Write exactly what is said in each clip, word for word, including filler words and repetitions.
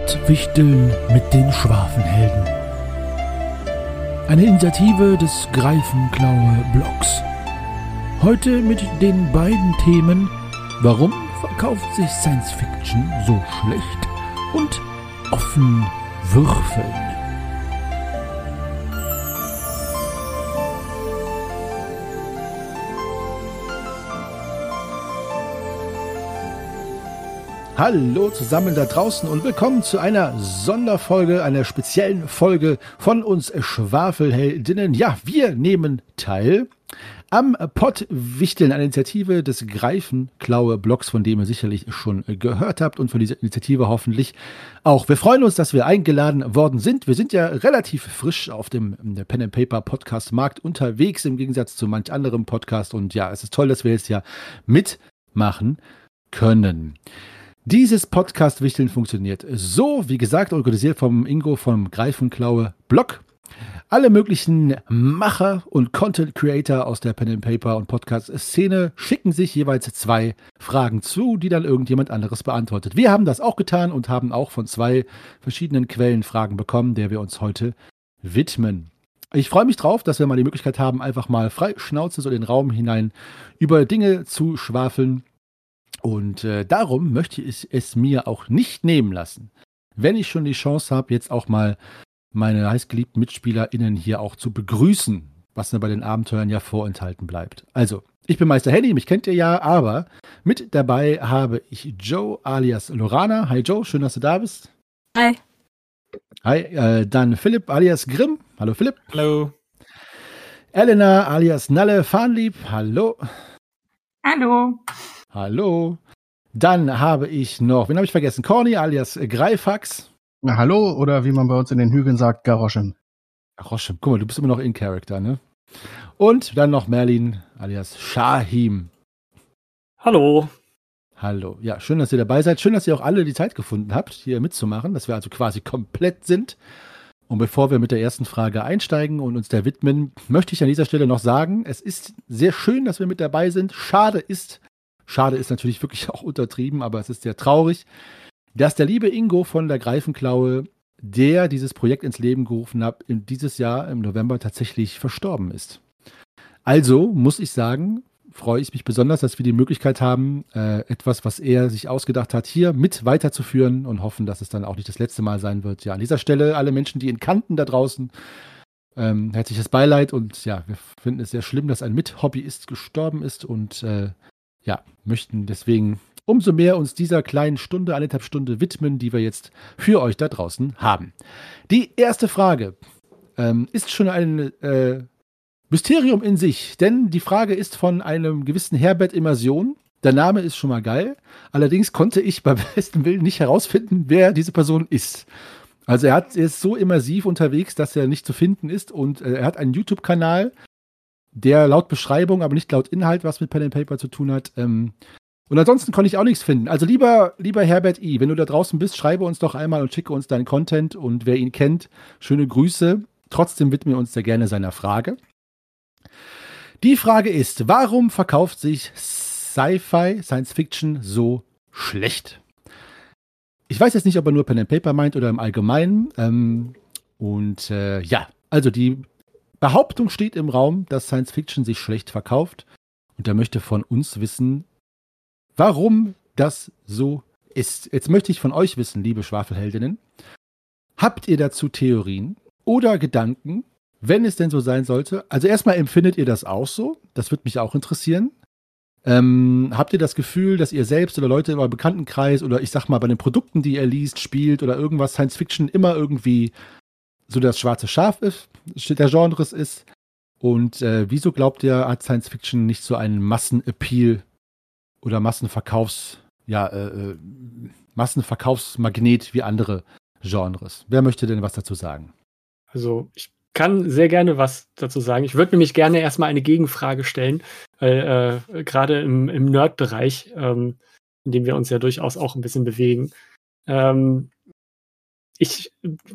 Pottwichteln mit den Schwafelhelden. Eine Initiative des Greifenklaue Blogs. Heute mit den beiden Themen: Warum verkauft sich Science Fiction so schlecht? Und offen würfeln. Hallo zusammen da draußen und willkommen zu einer Sonderfolge, einer speziellen Folge von uns Schwafelheldinnen. Ja, wir nehmen teil am Pottwichteln, einer Initiative des Greifenklaue Blogs, von dem ihr sicherlich schon gehört habt und von dieser Initiative hoffentlich auch. Wir freuen uns, dass wir eingeladen worden sind. Wir sind ja relativ frisch auf dem Pen and Paper Podcast Markt unterwegs, im Gegensatz zu manch anderem Podcast. Und ja, es ist toll, dass wir jetzt ja mitmachen können. Dieses Podcast-Wichteln funktioniert so, wie gesagt, organisiert vom Ingo vom Greifenklaue Blog. Alle möglichen Macher und Content-Creator aus der Pen-and-Paper- und Podcast-Szene schicken sich jeweils zwei Fragen zu, die dann irgendjemand anderes beantwortet. Wir haben das auch getan und haben auch von zwei verschiedenen Quellen Fragen bekommen, der wir uns heute widmen. Ich freue mich drauf, dass wir mal die Möglichkeit haben, einfach mal frei Schnauze so in den Raum hinein über Dinge zu schwafeln. Und äh, darum möchte ich es mir auch nicht nehmen lassen, wenn ich schon die Chance habe, jetzt auch mal meine heißgeliebten MitspielerInnen hier auch zu begrüßen, was mir bei den Abenteuern ja vorenthalten bleibt. Also, ich bin Meister Henny, mich kennt ihr ja, aber mit dabei habe ich Joe alias Lorana. Hi Joe, schön, dass du da bist. Hi. Hi, äh, dann Philipp alias Grimm. Hallo Philipp. Hallo. Elena alias Nalle Fahnlieb. Hallo. Hallo. Hallo. Dann habe ich noch, wen habe ich vergessen? Corny alias Greifax. Na, hallo, oder wie man bei uns in den Hügeln sagt, Garoschem. Garoschem, guck mal, du bist immer noch in Character, ne? Und dann noch Merlin alias Shahim. Hallo. Hallo. Ja, schön, dass ihr dabei seid. Schön, dass ihr auch alle die Zeit gefunden habt, hier mitzumachen, dass wir also quasi komplett sind. Und bevor wir mit der ersten Frage einsteigen und uns der widmen, möchte ich an dieser Stelle noch sagen, es ist sehr schön, dass wir mit dabei sind. Schade ist, Schade ist natürlich wirklich auch untertrieben, aber es ist sehr traurig, dass der liebe Ingo von der Greifenklaue, der dieses Projekt ins Leben gerufen hat, in dieses Jahr im November tatsächlich verstorben ist. Also muss ich sagen, freue ich mich besonders, dass wir die Möglichkeit haben, äh, etwas, was er sich ausgedacht hat, hier mit weiterzuführen und hoffen, dass es dann auch nicht das letzte Mal sein wird. Ja, an dieser Stelle alle Menschen, die ihn kannten da draußen, ähm, herzliches Beileid und ja, wir finden es sehr schlimm, dass ein Mithobbyist gestorben ist und äh, ja, möchten deswegen umso mehr uns dieser kleinen Stunde, eineinhalb Stunde widmen, die wir jetzt für euch da draußen haben. Die erste Frage ähm, ist schon ein äh, Mysterium in sich, denn die Frage ist von einem gewissen Herbert Immersion. Der Name ist schon mal geil, allerdings konnte ich beim besten Willen nicht herausfinden, wer diese Person ist. Also er, hat, er ist so immersiv unterwegs, dass er nicht zu finden ist und äh, er hat einen YouTube-Kanal, der laut Beschreibung, aber nicht laut Inhalt, was mit Pen and Paper zu tun hat. Ähm, und ansonsten konnte ich auch nichts finden. Also lieber, lieber Herbert I., wenn du da draußen bist, schreibe uns doch einmal und schicke uns deinen Content. Und wer ihn kennt, schöne Grüße. Trotzdem widmen wir uns sehr gerne seiner Frage. Die Frage ist, warum verkauft sich Sci-Fi, Science Fiction so schlecht? Ich weiß jetzt nicht, ob er nur Pen and Paper meint oder im Allgemeinen. Ähm, und äh, ja, also die Behauptung steht im Raum, dass Science Fiction sich schlecht verkauft und er möchte von uns wissen, warum das so ist. Jetzt möchte ich von euch wissen, liebe Schwafelheldinnen, habt ihr dazu Theorien oder Gedanken, wenn es denn so sein sollte? Also erstmal, empfindet ihr das auch so? Das würde mich auch interessieren. Ähm, habt ihr das Gefühl, dass ihr selbst oder Leute in eurem Bekanntenkreis oder ich sag mal bei den Produkten, die ihr liest, spielt oder irgendwas Science Fiction immer irgendwie so das schwarze Schaf ist, der Genres ist. Und äh, wieso glaubt ihr, hat Science Fiction nicht so einen Massenappeal oder Massenverkaufs, ja, äh, Massenverkaufsmagnet wie andere Genres? Wer möchte denn was dazu sagen? Also ich kann sehr gerne was dazu sagen. Ich würde nämlich gerne erstmal eine Gegenfrage stellen, weil äh, gerade im, im Nerd-Bereich, ähm, in dem wir uns ja durchaus auch ein bisschen bewegen, ähm, ich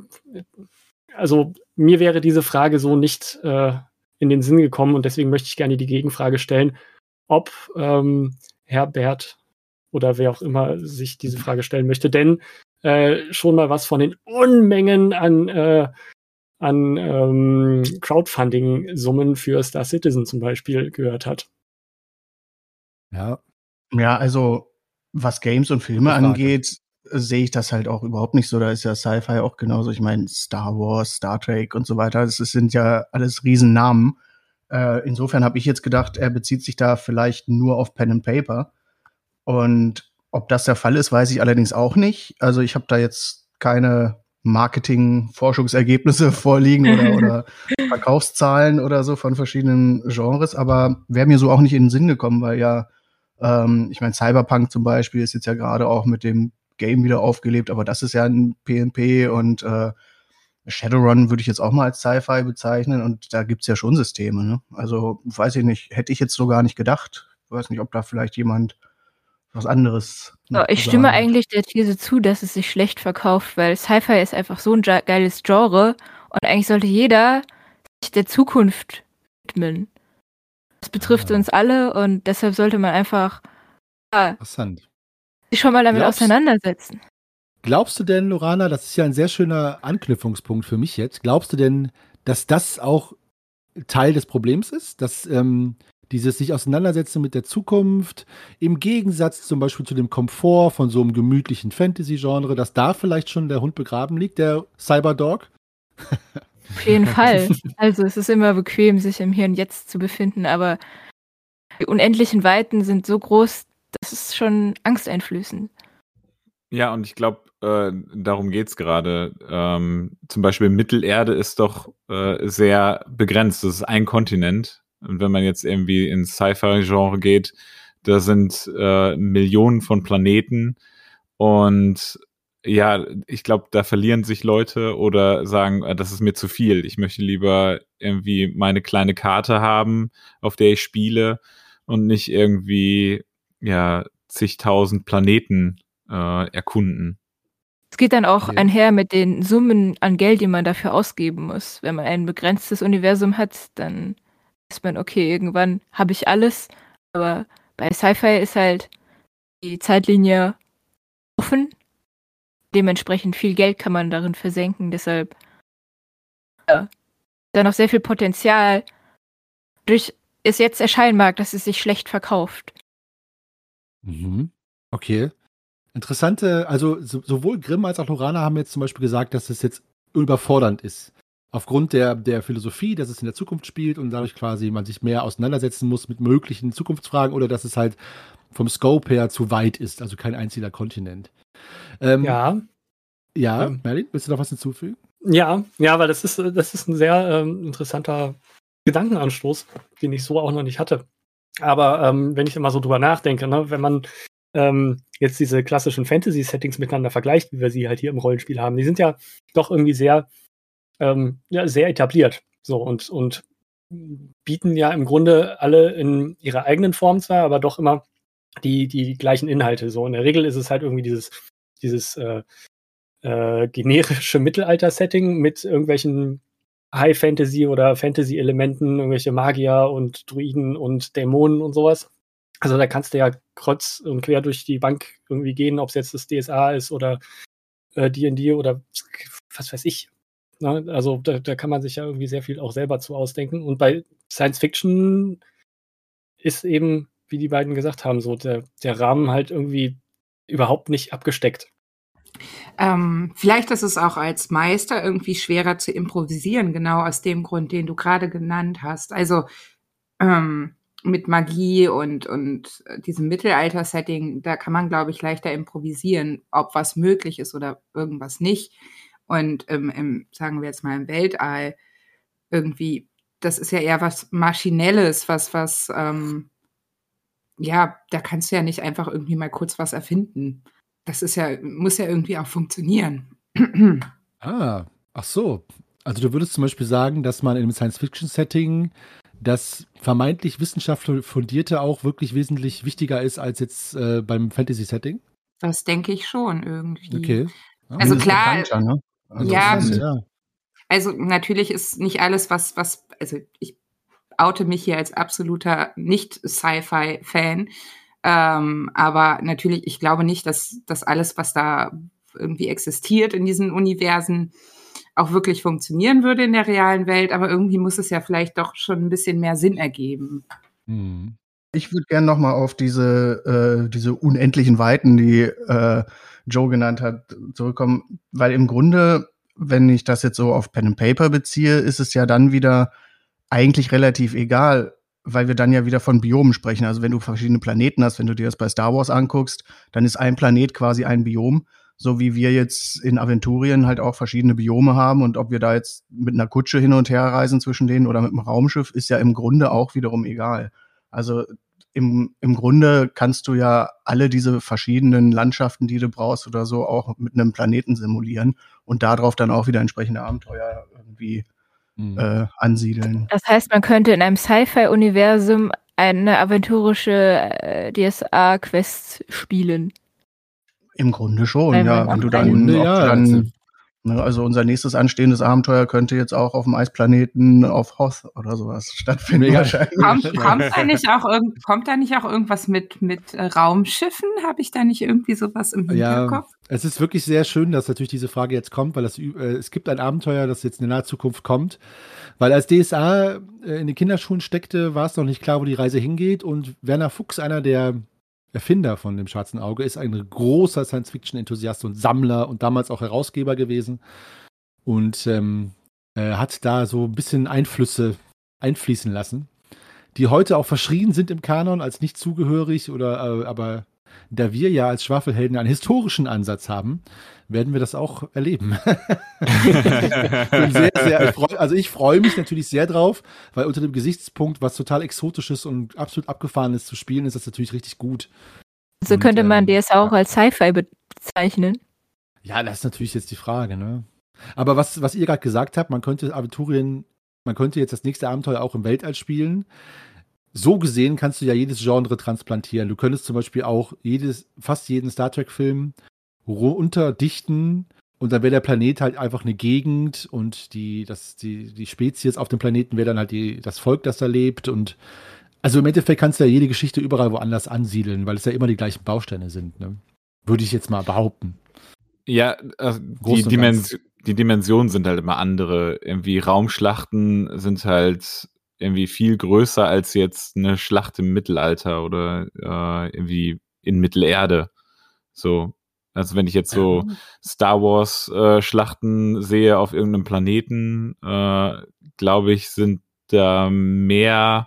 Also mir wäre diese Frage so nicht äh, in den Sinn gekommen und deswegen möchte ich gerne die Gegenfrage stellen, ob ähm, Herbert oder wer auch immer sich diese Frage stellen möchte. Denn äh, schon mal was von den Unmengen an, äh, an ähm, Crowdfunding-Summen für Star Citizen zum Beispiel gehört hat. Ja. Ja, also was Games und Filme Frage. angeht, sehe ich das halt auch überhaupt nicht so. Da ist ja Sci-Fi auch genauso. Ich meine, Star Wars, Star Trek und so weiter, das sind ja alles Riesennamen. Äh, insofern habe ich jetzt gedacht, er bezieht sich da vielleicht nur auf Pen and Paper. Und ob das der Fall ist, weiß ich allerdings auch nicht. Also ich habe da jetzt keine Marketing-Forschungsergebnisse vorliegen oder, oder Verkaufszahlen oder so von verschiedenen Genres, aber wäre mir so auch nicht in den Sinn gekommen, weil ja, ähm, ich meine, Cyberpunk zum Beispiel ist jetzt ja gerade auch mit dem Game wieder aufgelebt, aber das ist ja ein P N P und äh, Shadowrun würde ich jetzt auch mal als Sci-Fi bezeichnen und da gibt's ja schon Systeme, ne? Also weiß ich nicht, hätte ich jetzt so gar nicht gedacht. Ich weiß nicht, ob da vielleicht jemand was anderes So, noch ich zu stimme sagen hat. eigentlich der These zu, dass es sich schlecht verkauft, weil Sci-Fi ist einfach so ein ja- geiles Genre und eigentlich sollte jeder sich der Zukunft widmen. Das betrifft Ah. uns alle und deshalb sollte man einfach ja, Interessant. sich schon mal damit Glaubst- auseinandersetzen. Glaubst du denn, Lorana, das ist ja ein sehr schöner Anknüpfungspunkt für mich jetzt, glaubst du denn, dass das auch Teil des Problems ist, dass ähm, dieses sich auseinandersetzen mit der Zukunft im Gegensatz zum Beispiel zu dem Komfort von so einem gemütlichen Fantasy-Genre, dass da vielleicht schon der Hund begraben liegt, der Cyberdog? Auf jeden Fall. Also es ist immer bequem, sich im Hier und Jetzt zu befinden, aber die unendlichen Weiten sind so groß, das ist schon angsteinflößend. Ja, und ich glaube, äh, darum geht's gerade. Ähm, zum Beispiel Mittelerde ist doch äh, sehr begrenzt. Das ist ein Kontinent. Und wenn man jetzt irgendwie ins Sci-Fi-Genre geht, da sind äh, Millionen von Planeten. Und ja, ich glaube, da verlieren sich Leute oder sagen, äh, das ist mir zu viel. Ich möchte lieber irgendwie meine kleine Karte haben, auf der ich spiele und nicht irgendwie, ja, zigtausend Planeten äh, erkunden. Es geht dann auch Okay. einher mit den Summen an Geld, die man dafür ausgeben muss. Wenn man ein begrenztes Universum hat, dann ist man, okay, irgendwann habe ich alles. Aber bei Sci-Fi ist halt die Zeitlinie offen. Dementsprechend viel Geld kann man darin versenken. Deshalb ja, ist da noch sehr viel Potenzial. Durch es jetzt erscheinen mag, dass es sich schlecht verkauft. Mhm. Okay. Interessante, also so, sowohl Grimm als auch Lorana haben jetzt zum Beispiel gesagt, dass es jetzt überfordernd ist. Aufgrund der, der Philosophie, dass es in der Zukunft spielt und dadurch quasi man sich mehr auseinandersetzen muss mit möglichen Zukunftsfragen oder dass es halt vom Scope her zu weit ist, also kein einziger Kontinent. Ähm, Ja, Ja, Ähm. Merlin, willst du noch was hinzufügen? ja, ja, weil das ist, das ist ein sehr ähm, interessanter Gedankenanstoß, den ich so auch noch nicht hatte. Aber ähm, wenn ich immer so drüber nachdenke, ne, wenn man ähm, jetzt diese klassischen Fantasy-Settings miteinander vergleicht, wie wir sie halt hier im Rollenspiel haben, die sind ja doch irgendwie sehr, ähm, ja, sehr etabliert. So und, und bieten ja im Grunde alle in ihrer eigenen Form zwar, aber doch immer die, die gleichen Inhalte. So in der Regel ist es halt irgendwie dieses, dieses äh, äh, generische Mittelalter-Setting mit irgendwelchen High-Fantasy- oder Fantasy-Elementen, irgendwelche Magier und Druiden und Dämonen und sowas. Also da kannst du ja kreuz und quer durch die Bank irgendwie gehen, ob es jetzt das D S A ist oder äh, D und D oder was weiß ich. Ne? Also da, da kann man sich ja irgendwie sehr viel auch selber zu ausdenken. Und bei Science Fiction ist eben, wie die beiden gesagt haben, so der, der Rahmen halt irgendwie überhaupt nicht abgesteckt. Ähm, vielleicht ist es auch als Meister irgendwie schwerer zu improvisieren, genau aus dem Grund, den du gerade genannt hast. Also ähm, mit Magie und, und diesem Mittelalter-Setting, da kann man, glaube ich, leichter improvisieren, ob was möglich ist oder irgendwas nicht. Und ähm, im, sagen wir jetzt mal im Weltall, irgendwie, das ist ja eher was Maschinelles, was, was, ähm, ja, da kannst du ja nicht einfach irgendwie mal kurz was erfinden. Das ist ja, muss ja irgendwie auch funktionieren. Ah, ach so. Also du würdest zum Beispiel sagen, dass man in einem Science-Fiction-Setting das vermeintlich wissenschaftlich fundierte auch wirklich wesentlich wichtiger ist als jetzt äh, beim Fantasy-Setting? Das denke ich schon irgendwie. Okay. Ah, Also Zumindest klar, bekannter, ne? Also ja, das ist- ja. Also natürlich ist nicht alles, was, was, also ich oute mich hier als absoluter Nicht-Sci-Fi-Fan. Ähm, aber natürlich, ich glaube nicht, dass das alles, was da irgendwie existiert in diesen Universen, auch wirklich funktionieren würde in der realen Welt. Aber irgendwie muss es ja vielleicht doch schon ein bisschen mehr Sinn ergeben. Hm. Ich würde gerne noch mal auf diese, äh, diese unendlichen Weiten, die äh, Joe genannt hat, zurückkommen. Weil im Grunde, wenn ich das jetzt so auf Pen and Paper beziehe, ist es ja dann wieder eigentlich relativ egal, weil wir dann ja wieder von Biomen sprechen. Also wenn du verschiedene Planeten hast, wenn du dir das bei Star Wars anguckst, dann ist ein Planet quasi ein Biom, so wie wir jetzt in Aventurien halt auch verschiedene Biome haben. Und ob wir da jetzt mit einer Kutsche hin und her reisen zwischen denen oder mit einem Raumschiff, ist ja im Grunde auch wiederum egal. Also im, im Grunde kannst du ja alle diese verschiedenen Landschaften, die du brauchst oder so, auch mit einem Planeten simulieren und darauf dann auch wieder entsprechende Abenteuer irgendwie Mhm. äh, ansiedeln. Das heißt, man könnte in einem Sci-Fi-Universum eine aventurische äh, D S A-Quest spielen. Im Grunde schon, Weil ja. man Wenn du auch dann, Grunde, ob ja, du also- dann ne, also unser nächstes anstehendes Abenteuer könnte jetzt auch auf dem Eisplaneten auf Hoth oder sowas stattfinden Mega. wahrscheinlich. Kommt, kommt, da nicht auch irgend, kommt da nicht auch irgendwas mit, mit äh, Raumschiffen? Habe ich da nicht irgendwie sowas im Ja, Hinterkopf? es ist wirklich sehr schön, dass natürlich diese Frage jetzt kommt, weil das, ü- äh, es gibt ein Abenteuer, das jetzt in der nahen Zukunft kommt. Weil als D S A äh, in den Kinderschuhen steckte, war es noch nicht klar, wo die Reise hingeht. Und Werner Fuchs, einer der Erfinder von dem Schwarzen Auge, ist ein großer Science-Fiction-Enthusiast und Sammler und damals auch Herausgeber gewesen. Und ähm, äh, hat da so ein bisschen Einflüsse einfließen lassen, die heute auch verschrien sind im Kanon als nicht zugehörig oder äh, aber da wir ja als Schwafelhelden einen historischen Ansatz haben, werden wir das auch erleben. Ich bin sehr, sehr, ich freu, also ich freue mich natürlich sehr drauf, weil unter dem Gesichtspunkt, was total Exotisches und absolut Abgefahrenes zu spielen, ist das natürlich richtig gut. So Und, könnte man ähm, D S A auch als Sci-Fi bezeichnen. Ja, das ist natürlich jetzt die Frage, ne? Aber was, was ihr gerade gesagt habt, man könnte Aventurien, man könnte jetzt das nächste Abenteuer auch im Weltall spielen. So gesehen kannst du ja jedes Genre transplantieren. Du könntest zum Beispiel auch jedes, fast jeden Star Trek-Film runterdichten und dann wäre der Planet halt einfach eine Gegend und die, das, die, die Spezies auf dem Planeten wäre dann halt die, das Volk, das da lebt. Und also im Endeffekt kannst du ja jede Geschichte überall woanders ansiedeln, weil es ja immer die gleichen Bausteine sind, ne? Würde ich jetzt mal behaupten. Ja, also Groß die, und Dimens ganz. die Dimensionen sind halt immer andere. Irgendwie Raumschlachten sind halt irgendwie viel größer als jetzt eine Schlacht im Mittelalter oder äh, irgendwie in Mittelerde. So, also wenn ich jetzt so Star Wars äh, Schlachten sehe auf irgendeinem Planeten, äh, glaube ich, sind da mehr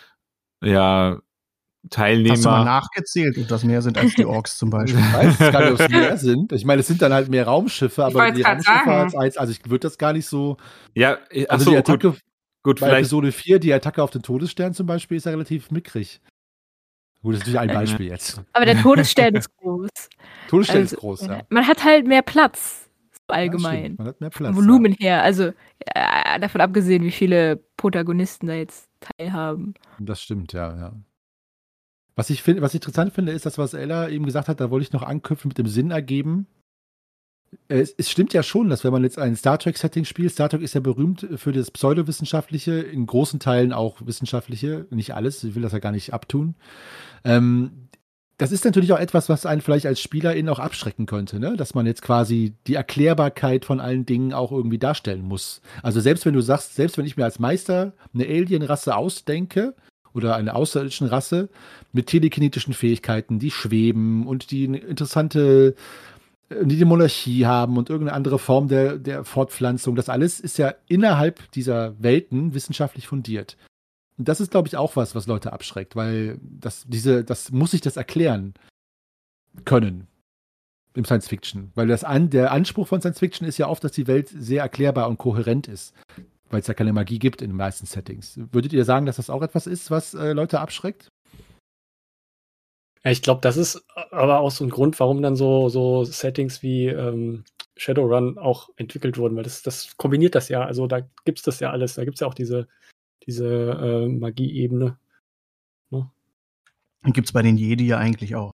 ja Teilnehmer. Hast du mal nachgezählt, ob das mehr sind als die Orks zum Beispiel? Ich weiß es gar nicht, ob es mehr sind. Ich meine, es sind dann halt mehr Raumschiffe, aber wollt's die grad Raumschiffe sagen. als eins, also ich würde das gar nicht so. Ja, ach Also so, die gut, Attacke gut, bei vielleicht. Episode vier, die Attacke auf den Todesstern zum Beispiel, ist ja relativ mickrig. Gut, das ist natürlich ein Ja. Beispiel jetzt. Aber der Todesstern ist groß. Todesstern Also, ist groß, ja. Man hat halt mehr Platz, so Ja, allgemein. stimmt. Man hat mehr Vom Platz. Volumen her. Also äh, davon abgesehen, wie viele Protagonisten da jetzt teilhaben. Ja. Das stimmt, ja, ja. Was ich, find, was ich interessant finde, ist das, was Ella eben gesagt hat, da wollte ich noch anknüpfen mit dem Sinn ergeben. Es, es stimmt ja schon, dass wenn man jetzt ein Star Trek-Setting spielt, Star Trek ist ja berühmt für das Pseudowissenschaftliche, in großen Teilen auch Wissenschaftliche, nicht alles, ich will das ja gar nicht abtun. Ähm, das ist natürlich auch etwas, was einen vielleicht als Spielerin auch abschrecken könnte, ne? Dass man jetzt quasi die Erklärbarkeit von allen Dingen auch irgendwie darstellen muss. Also selbst wenn du sagst, selbst wenn ich mir als Meister eine Alien-Rasse ausdenke, oder eine außerirdische Rasse mit telekinetischen Fähigkeiten, die schweben und die eine interessante, die die Monarchie haben und irgendeine andere Form der, der Fortpflanzung. Das alles ist ja innerhalb dieser Welten wissenschaftlich fundiert. Und das ist, glaube ich, auch was, was Leute abschreckt, weil das, diese, das muss ich das erklären können im Science Fiction. Weil das an, der Anspruch von Science Fiction ist ja oft, dass die Welt sehr erklärbar und kohärent ist. Weil es ja keine Magie gibt in den meisten Settings. Würdet ihr sagen, dass das auch etwas ist, was äh, Leute abschreckt? Ja, ich glaube, das ist aber auch so ein Grund, warum dann so, so Settings wie ähm, Shadowrun auch entwickelt wurden, weil das, das kombiniert das ja. Also da gibt es das ja alles. Da gibt es ja auch diese, diese äh, Magie-Ebene. Ne? Gibt es bei den Jedi ja eigentlich auch.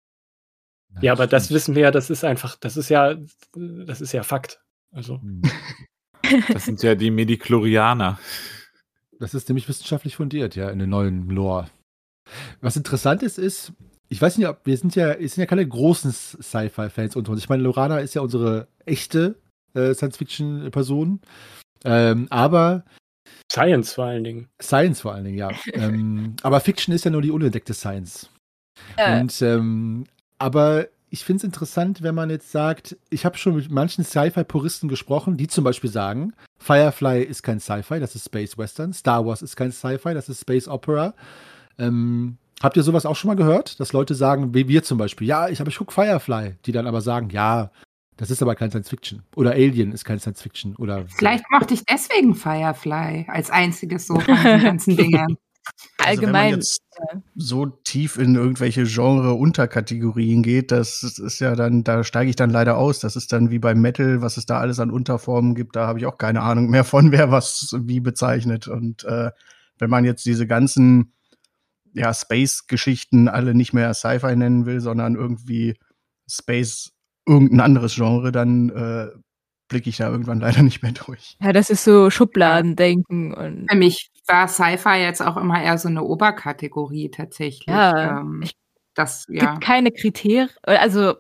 Ja, aber das stimmt. wissen wir ja, das ist einfach, das ist ja, das ist ja Fakt. Also. Hm. Das sind ja die Medichlorianer. Das ist nämlich wissenschaftlich fundiert, ja, in den neuen Lore. Was interessant ist, ist, ich weiß nicht, ob wir sind ja, wir sind ja keine großen Sci-Fi-Fans unter uns. Ich meine, Lorana ist ja unsere echte äh, Science-Fiction-Person. Ähm, aber Science vor allen Dingen. Science vor allen Dingen, ja. ähm, aber Fiction ist ja nur die unentdeckte Science. Ja. Und ähm, aber ich finde es interessant, wenn man jetzt sagt, ich habe schon mit manchen Sci-Fi-Puristen gesprochen, die zum Beispiel sagen, Firefly ist kein Sci-Fi, das ist Space Western. Star Wars ist kein Sci-Fi, das ist Space Opera. Ähm, habt ihr sowas auch schon mal gehört? Dass Leute sagen, wie wir zum Beispiel, ja, ich habe ich gucke Firefly, die dann aber sagen, ja, das ist aber kein Science-Fiction. Oder Alien ist kein Science-Fiction. Oder Vielleicht mochte ich deswegen Firefly als einziges so von den ganzen Dingen. Also wenn man Allgemein. jetzt so tief in irgendwelche Genre-Unterkategorien geht, das ist ja dann, da steige ich dann leider aus. Das ist dann wie beim Metal, was es da alles an Unterformen gibt, da habe ich auch keine Ahnung mehr von, wer was wie bezeichnet. Und äh, wenn man jetzt diese ganzen ja, Space-Geschichten alle nicht mehr Sci-Fi nennen will, sondern irgendwie Space irgendein anderes Genre, dann äh, blicke ich da irgendwann leider nicht mehr durch. Ja, das ist so Schubladendenken und Für mich war Sci-Fi jetzt auch immer eher so eine Oberkategorie tatsächlich. Ja, ähm, ich- das, es ja. gibt keine Kriterien, also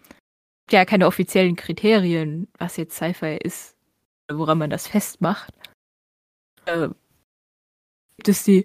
ja, keine offiziellen Kriterien, was jetzt Sci-Fi ist, woran man das festmacht. Äh, gibt es die?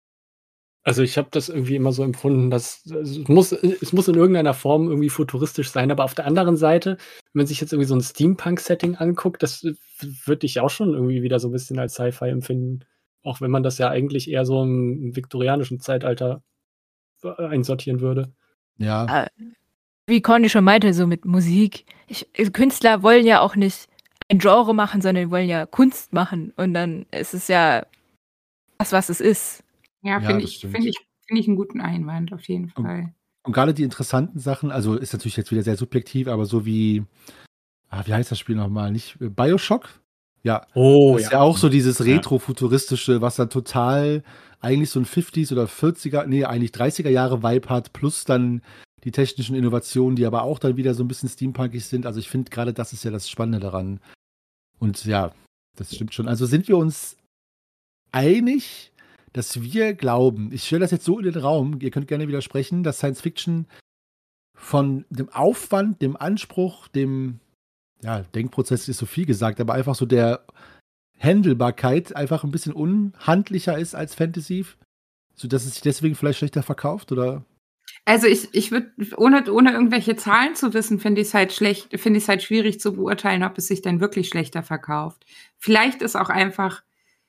Also ich habe das irgendwie immer so empfunden, dass also es muss, es muss in irgendeiner Form irgendwie futuristisch sein, aber auf der anderen Seite, wenn man sich jetzt irgendwie so ein Steampunk-Setting anguckt, das würde ich auch schon irgendwie wieder so ein bisschen als Sci-Fi empfinden. Auch wenn man das ja eigentlich eher so im, im viktorianischen Zeitalter äh, einsortieren würde. ja. Äh, wie Conny schon meinte, so mit Musik. Ich, Künstler wollen ja auch nicht ein Genre machen, sondern wollen ja Kunst machen. Und dann ist es ja das, was es ist. Ja, Ja, finde das ich, stimmt. finde ich, finde ich einen guten Einwand auf jeden Und- Fall. Und gerade die interessanten Sachen, also ist natürlich jetzt wieder sehr subjektiv, aber so wie, ah, wie heißt das Spiel nochmal? Nicht äh, Bioshock? Ja, Oh das ist ja auch so dieses Ja. Retro-Futuristische, was dann total eigentlich so ein fünfziger oder vierziger, nee, eigentlich dreißiger Jahre Vibe hat, plus dann die technischen Innovationen, die aber auch dann wieder so ein bisschen steampunkig sind. Also ich finde gerade das ist ja das Spannende daran. Und ja, das stimmt schon. Also sind wir uns einig, dass wir glauben, ich stelle das jetzt so in den Raum, ihr könnt gerne widersprechen, dass Science Fiction von dem Aufwand, dem Anspruch, dem ja, Denkprozess ist so viel gesagt, aber einfach so der Handelbarkeit einfach ein bisschen unhandlicher ist als Fantasy, sodass es sich deswegen vielleicht schlechter verkauft, oder? Also ich, ich würde, ohne, ohne irgendwelche Zahlen zu wissen, finde ich es halt schlecht, finde ich es halt schwierig zu beurteilen, ob es sich denn wirklich schlechter verkauft. Vielleicht ist auch einfach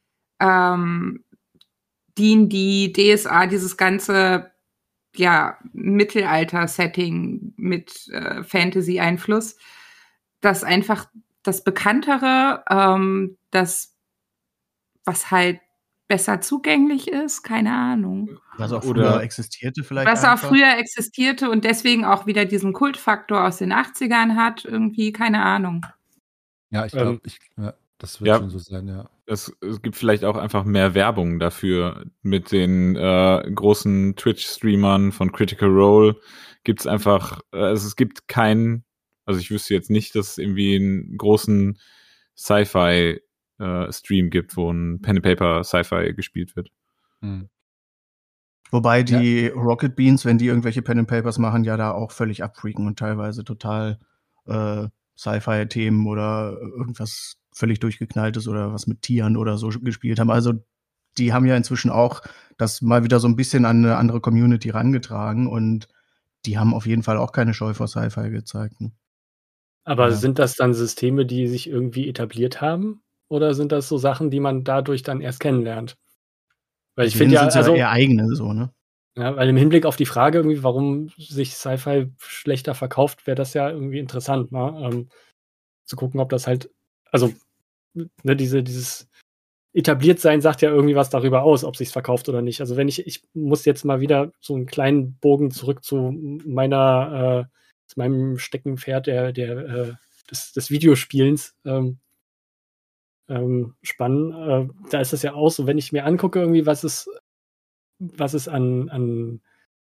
ähm, D und D, D S A, dieses ganze ja, Mittelalter-Setting mit äh, Fantasy-Einfluss, das einfach das Bekanntere, ähm, das, was halt besser zugänglich ist, keine Ahnung. Was auch Oder- früher existierte vielleicht Was auch einfach. früher existierte und deswegen auch wieder diesen Kultfaktor aus den achtzigern hat, irgendwie, keine Ahnung. Ja, ich Ähm, glaube, ich, ja, das wird ja. schon so sein, ja. Es, es gibt vielleicht auch einfach mehr Werbung dafür. Mit den äh, großen Twitch-Streamern von Critical Role gibt es einfach, äh, also es gibt keinen, also ich wüsste jetzt nicht, dass es irgendwie einen großen Sci-Fi-Stream gibt, wo ein Pen-and-Paper Sci-Fi gespielt wird. Hm. Wobei die Rocket Beans, wenn die irgendwelche Pen and Papers machen, ja da auch völlig abfreaken und teilweise total äh, Sci-Fi-Themen oder irgendwas völlig durchgeknalltes oder was mit Tieren oder so gespielt haben. Also die haben ja inzwischen auch das mal wieder so ein bisschen an eine andere Community rangetragen und die haben auf jeden Fall auch keine Scheu vor Sci-Fi gezeigt. Ne? Aber Ja. sind das dann Systeme, die sich irgendwie etabliert haben? Oder sind das so Sachen, die man dadurch dann erst kennenlernt? Weil ich Denen finde ja, sind's also, eher eigene so, ne? ja, weil im Hinblick auf die Frage irgendwie, warum sich Sci-Fi schlechter verkauft, wäre das ja irgendwie interessant, ne? Ähm, zu gucken, ob das halt, also, ne, diese, dieses Etabliertsein sagt ja irgendwie was darüber aus, ob sich's verkauft oder nicht. Also wenn ich, ich muss jetzt mal wieder so einen kleinen Bogen zurück zu meiner, äh, zu meinem Steckenpferd der, der, äh, des, des Videospielens ähm, ähm, spannen. Äh, da ist es ja auch so, wenn ich mir angucke, irgendwie, was es, was es an, an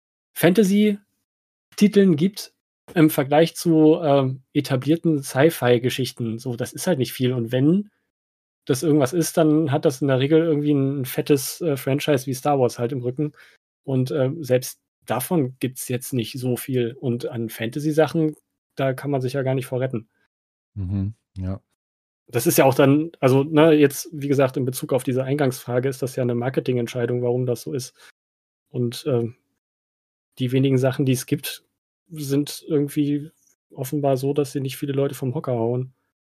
Fantasy-Titeln gibt im Vergleich zu ähm, etablierten Sci-Fi-Geschichten. So, das ist halt nicht viel. Und wenn das irgendwas ist, dann hat das in der Regel irgendwie ein fettes äh, Franchise wie Star Wars halt im Rücken. Und äh, selbst davon gibt es jetzt nicht so viel. Und an Fantasy-Sachen, da kann man sich ja gar nicht vor retten. Mhm. Ja. Das ist ja auch dann, also ne, jetzt, wie gesagt, in Bezug auf diese Eingangsfrage ist das ja eine Marketingentscheidung, warum das so ist. Und ähm, die wenigen Sachen, die es gibt, sind irgendwie offenbar so, dass sie nicht viele Leute vom Hocker hauen.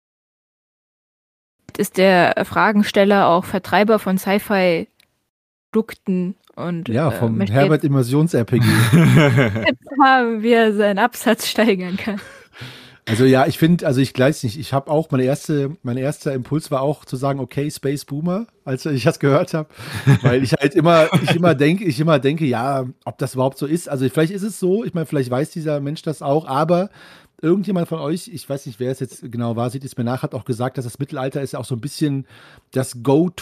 Ist der Fragensteller auch Vertreiber von Sci-Fi-Produkten und Ja, äh, vom möchte Herbert Immersions-R P G. jetzt haben, wie er seinen Absatz steigern kann. Also ja, ich finde, also ich weiß nicht, ich habe auch, meine erste, mein erster Impuls war auch zu sagen, okay, Space Boomer, als ich das gehört habe, weil ich halt immer, ich immer denke, ich immer denke, ja, ob das überhaupt so ist. Also vielleicht ist es so, ich meine, vielleicht weiß dieser Mensch das auch, aber irgendjemand von euch, ich weiß nicht, wer es jetzt genau war, sieht es mir nach, hat auch gesagt, dass das Mittelalter ist ja auch so ein bisschen das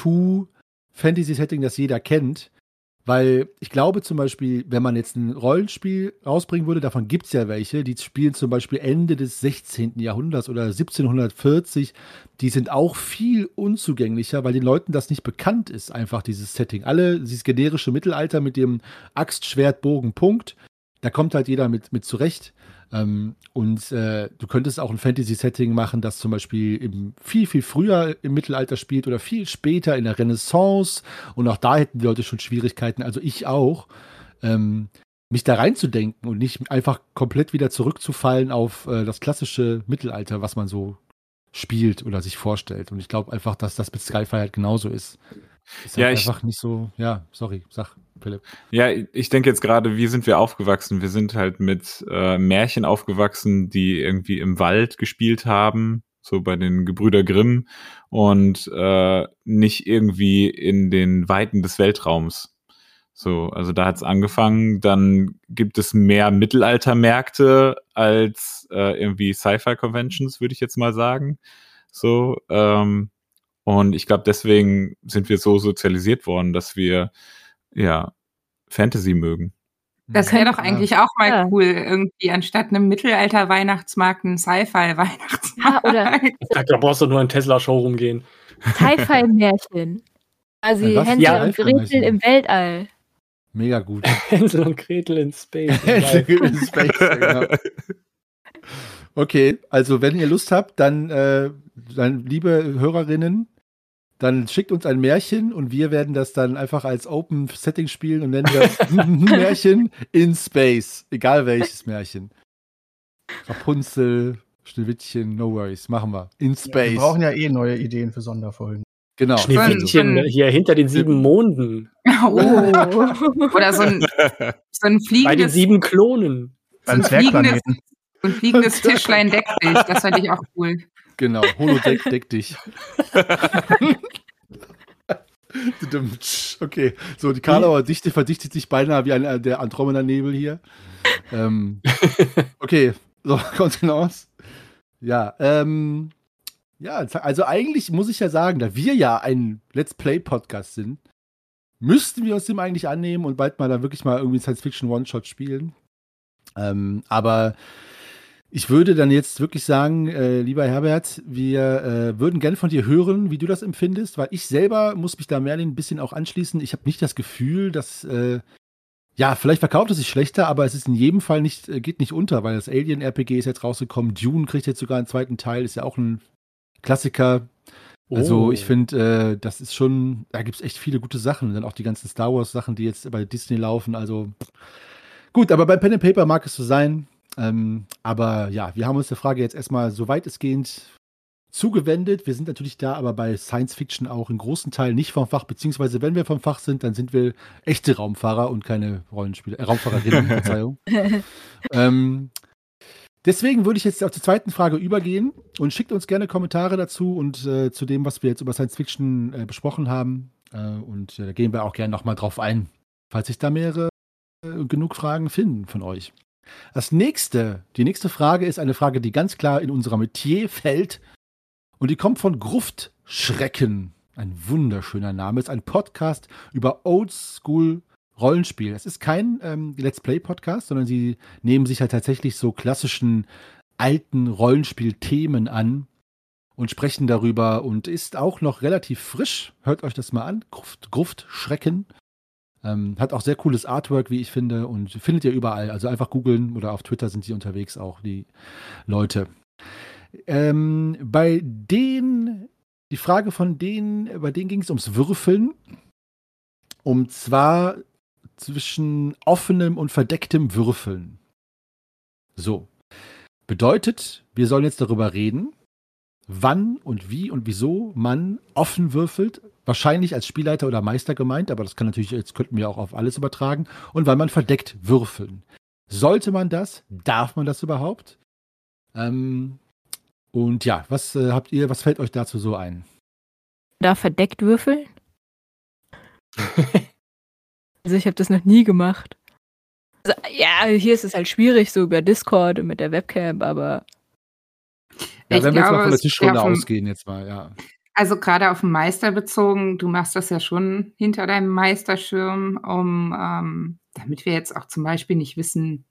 Go-To-Fantasy-Setting, das jeder kennt. Weil ich glaube zum Beispiel, wenn man jetzt ein Rollenspiel rausbringen würde, davon gibt es ja welche, die spielen zum Beispiel Ende des sechzehnten. Jahrhunderts oder siebzehnhundertvierzig, die sind auch viel unzugänglicher, weil den Leuten das nicht bekannt ist, einfach dieses Setting. Alle, dieses generische Mittelalter mit dem Axt, Schwert, Bogen, Punkt, da kommt halt jeder mit, mit zurecht. Ähm, und äh, du könntest auch ein Fantasy-Setting machen, das zum Beispiel eben viel, viel früher im Mittelalter spielt oder viel später in der Renaissance. Und auch da hätten die Leute schon Schwierigkeiten, also ich auch, ähm, mich da reinzudenken und nicht einfach komplett wieder zurückzufallen auf äh, das klassische Mittelalter, was man so spielt oder sich vorstellt. Und ich glaube einfach, dass das mit Skyfire halt genauso ist. Ist halt Ja, ich- einfach nicht so, ja, sorry, sag, Philipp. Ja, ich denke jetzt gerade, wie sind wir aufgewachsen? Wir sind halt mit äh, Märchen aufgewachsen, die irgendwie im Wald gespielt haben, so bei den Gebrüder Grimm und äh, nicht irgendwie in den Weiten des Weltraums. So, also da hat's angefangen, dann gibt es mehr Mittelaltermärkte als äh, irgendwie Sci-Fi-Conventions, würde ich jetzt mal sagen. So, ähm, und ich glaube, deswegen sind wir so sozialisiert worden, dass wir ja Fantasy mögen. Das wäre doch Ja. eigentlich auch mal Ja. cool, irgendwie anstatt einem Mittelalter-Weihnachtsmarkt einen Sci-Fi-Weihnachtsmarkt. Ja, oder Da, da brauchst du nur in Tesla-Showroom gehen. Sci-Fi-Märchen. Quasi Äh, was? Hänsel Ja, und Gretel Sci-Fi-Märchen. im Weltall. Mega gut. Hänsel und Gretel in Space. In Space, genau. Okay, also wenn ihr Lust habt, dann, äh, dann liebe Hörerinnen, dann schickt uns ein Märchen und wir werden das dann einfach als Open Setting spielen und nennen das Märchen in Space. Egal welches Märchen. Rapunzel, Schneewittchen, no worries, machen wir. In Space. Wir brauchen ja eh neue Ideen für Sonderfolgen. genau. Schneewittchen Schon- hier hinter den sieben Monden. Oh. Oder so ein, so ein Bei den fliegendes, sieben Klonen. Beim So ein fliegendes- Zwergplaneten. so ein fliegendes Tischlein Deckbild. Das fände ich auch cool. Genau, Holodeck, deck dich. Okay, so die Karlauer Dichte verdichtet sich beinahe wie ein, äh, der Andromeda-Nebel hier. Ähm, okay, so, Kontenance. Ja, ähm, ja, also eigentlich muss ich ja sagen, da wir ja ein Let's Play-Podcast sind, müssten wir uns dem eigentlich annehmen und bald mal da wirklich mal irgendwie Science-Fiction-One-Shot spielen. Ähm, aber ich würde dann jetzt wirklich sagen, äh, lieber Herbert, wir äh, würden gerne von dir hören, wie du das empfindest, weil ich selber muss mich da Merlin ein bisschen auch anschließen. Ich habe nicht das Gefühl, dass, äh, ja, vielleicht verkauft es sich schlechter, aber es ist in jedem Fall nicht, äh, geht nicht unter, weil das Alien-R P G ist jetzt rausgekommen. Dune kriegt jetzt sogar einen zweiten Teil, ist ja auch ein Klassiker. Also Oh. ich finde, äh, das ist schon, da gibt es echt viele gute Sachen. Und dann auch die ganzen Star Wars-Sachen, die jetzt bei Disney laufen. Also gut, aber bei Pen and Paper mag es so sein. Ähm, aber ja, wir haben uns der Frage jetzt erstmal so weitestgehend zugewendet. Wir sind natürlich da, aber bei Science Fiction auch in großen Teilen nicht vom Fach, beziehungsweise wenn wir vom Fach sind, dann sind wir echte Raumfahrer und keine Rollenspieler, äh, Raumfahrerinnen, Verzeihung. ähm, deswegen würde ich jetzt auf die zweite Frage übergehen und schickt uns gerne Kommentare dazu und äh, zu dem, was wir jetzt über Science Fiction äh, besprochen haben. Äh, und äh, da gehen wir auch gerne nochmal drauf ein, falls sich da mehrere äh, genug Fragen finden von euch. Das nächste, die nächste Frage ist eine Frage, die ganz klar in unser Metier fällt. Und die kommt von Gruftschrecken. Ein wunderschöner Name. Es ist ein Podcast über Oldschool Rollenspiel. Es ist kein ähm, Let's Play Podcast, sondern sie nehmen sich halt tatsächlich so klassischen alten Rollenspielthemen an und sprechen darüber und ist auch noch relativ frisch. Hört euch das mal an. Gruft, Gruftschrecken. Ähm, hat auch sehr cooles Artwork, wie ich finde, und findet ihr überall. Also einfach googeln oder auf Twitter sind die unterwegs auch, die Leute. Ähm, bei denen, die Frage von denen, bei denen ging es ums Würfeln. Und zwar zwischen offenem und verdecktem Würfeln. So. Bedeutet, wir sollen jetzt darüber reden, wann und wie und wieso man offen würfelt. Wahrscheinlich als Spielleiter oder Meister gemeint, aber das kann natürlich, jetzt könnten wir auch auf alles übertragen. Und wann man verdeckt würfeln. Sollte man das? Darf man das überhaupt? Ähm, und ja, was äh, habt ihr, was fällt euch dazu so ein? Da verdeckt würfeln? Also ich habe das noch nie gemacht. Also, ja, hier ist es halt schwierig, so über Discord und mit der Webcam, aber Ja, Ich wenn wir jetzt mal glaube, von der es Tischrunde wäre vom- ausgehen, jetzt mal, ja. Also gerade auf den Meister bezogen, du machst das ja schon hinter deinem Meisterschirm, um, ähm, damit wir jetzt auch zum Beispiel nicht wissen,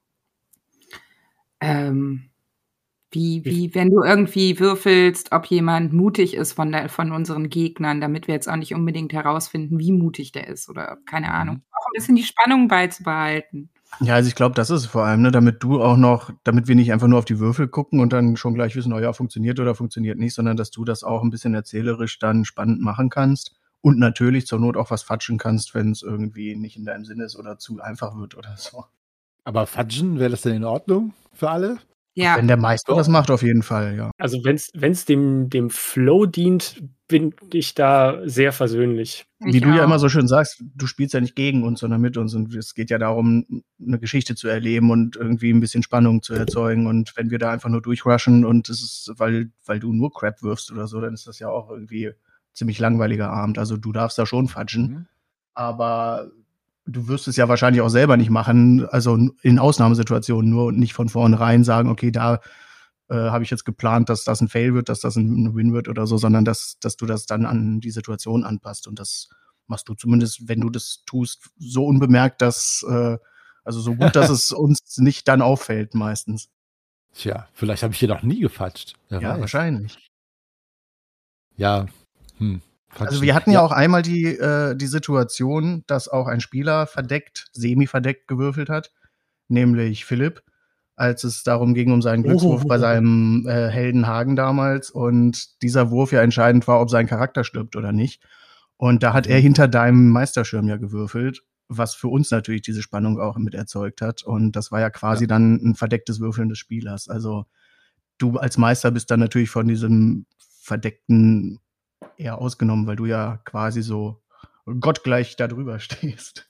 ähm, wie, wie, wenn du irgendwie würfelst, ob jemand mutig ist von, der, von unseren Gegnern, damit wir jetzt auch nicht unbedingt herausfinden, wie mutig der ist oder keine Ahnung. Auch ein bisschen die Spannung beizubehalten. Ja, also ich glaube, das ist es vor allem, ne, damit du auch noch, damit wir nicht einfach nur auf die Würfel gucken und dann schon gleich wissen, oh ja, funktioniert oder funktioniert nicht, sondern dass du das auch ein bisschen erzählerisch dann spannend machen kannst und natürlich zur Not auch was fatschen kannst, wenn es irgendwie nicht in deinem Sinne ist oder zu einfach wird oder so. Aber Fudgen, wäre das denn in Ordnung für alle? Ja, Wenn der Meister Doch. das macht, auf jeden Fall, ja. Also wenn es dem, dem Flow dient, bin ich da sehr versöhnlich. Wie ich du ja auch. immer so schön sagst, du spielst ja nicht gegen uns, sondern mit uns. Und es geht ja darum, eine Geschichte zu erleben und irgendwie ein bisschen Spannung zu erzeugen. Und wenn wir da einfach nur durchrushen und es ist, weil, weil du nur Crap wirfst oder so, dann ist das ja auch irgendwie ziemlich langweiliger Abend. Also du darfst da schon fatschen. Mhm. Aber du wirst es ja wahrscheinlich auch selber nicht machen, also in Ausnahmesituationen nur und nicht von vornherein sagen, okay, da äh, habe ich jetzt geplant, dass das ein Fail wird, dass das ein Win wird oder so, sondern dass, dass du das dann an die Situation anpasst. Und das machst du zumindest, wenn du das tust, so unbemerkt, dass, äh, also so gut, dass es uns nicht dann auffällt meistens. Tja, vielleicht habe ich hier noch nie gefatscht. Wer Ja, weiß. wahrscheinlich. Ja, hm. Also wir hatten ja, auch einmal die, äh, die Situation, dass auch ein Spieler verdeckt, semi-verdeckt gewürfelt hat, nämlich Philipp, als es darum ging, um seinen Glückswurf Oh. bei seinem äh, Helden Hagen damals und dieser Wurf ja entscheidend war, ob sein Charakter stirbt oder nicht. Und da hat er hinter deinem Meisterschirm ja gewürfelt, was für uns natürlich diese Spannung auch mit erzeugt hat. Und das war ja quasi Ja. dann ein verdecktes Würfeln des Spielers. Also du als Meister bist dann natürlich von diesem verdeckten eher ausgenommen, weil du ja quasi so gottgleich da drüber stehst.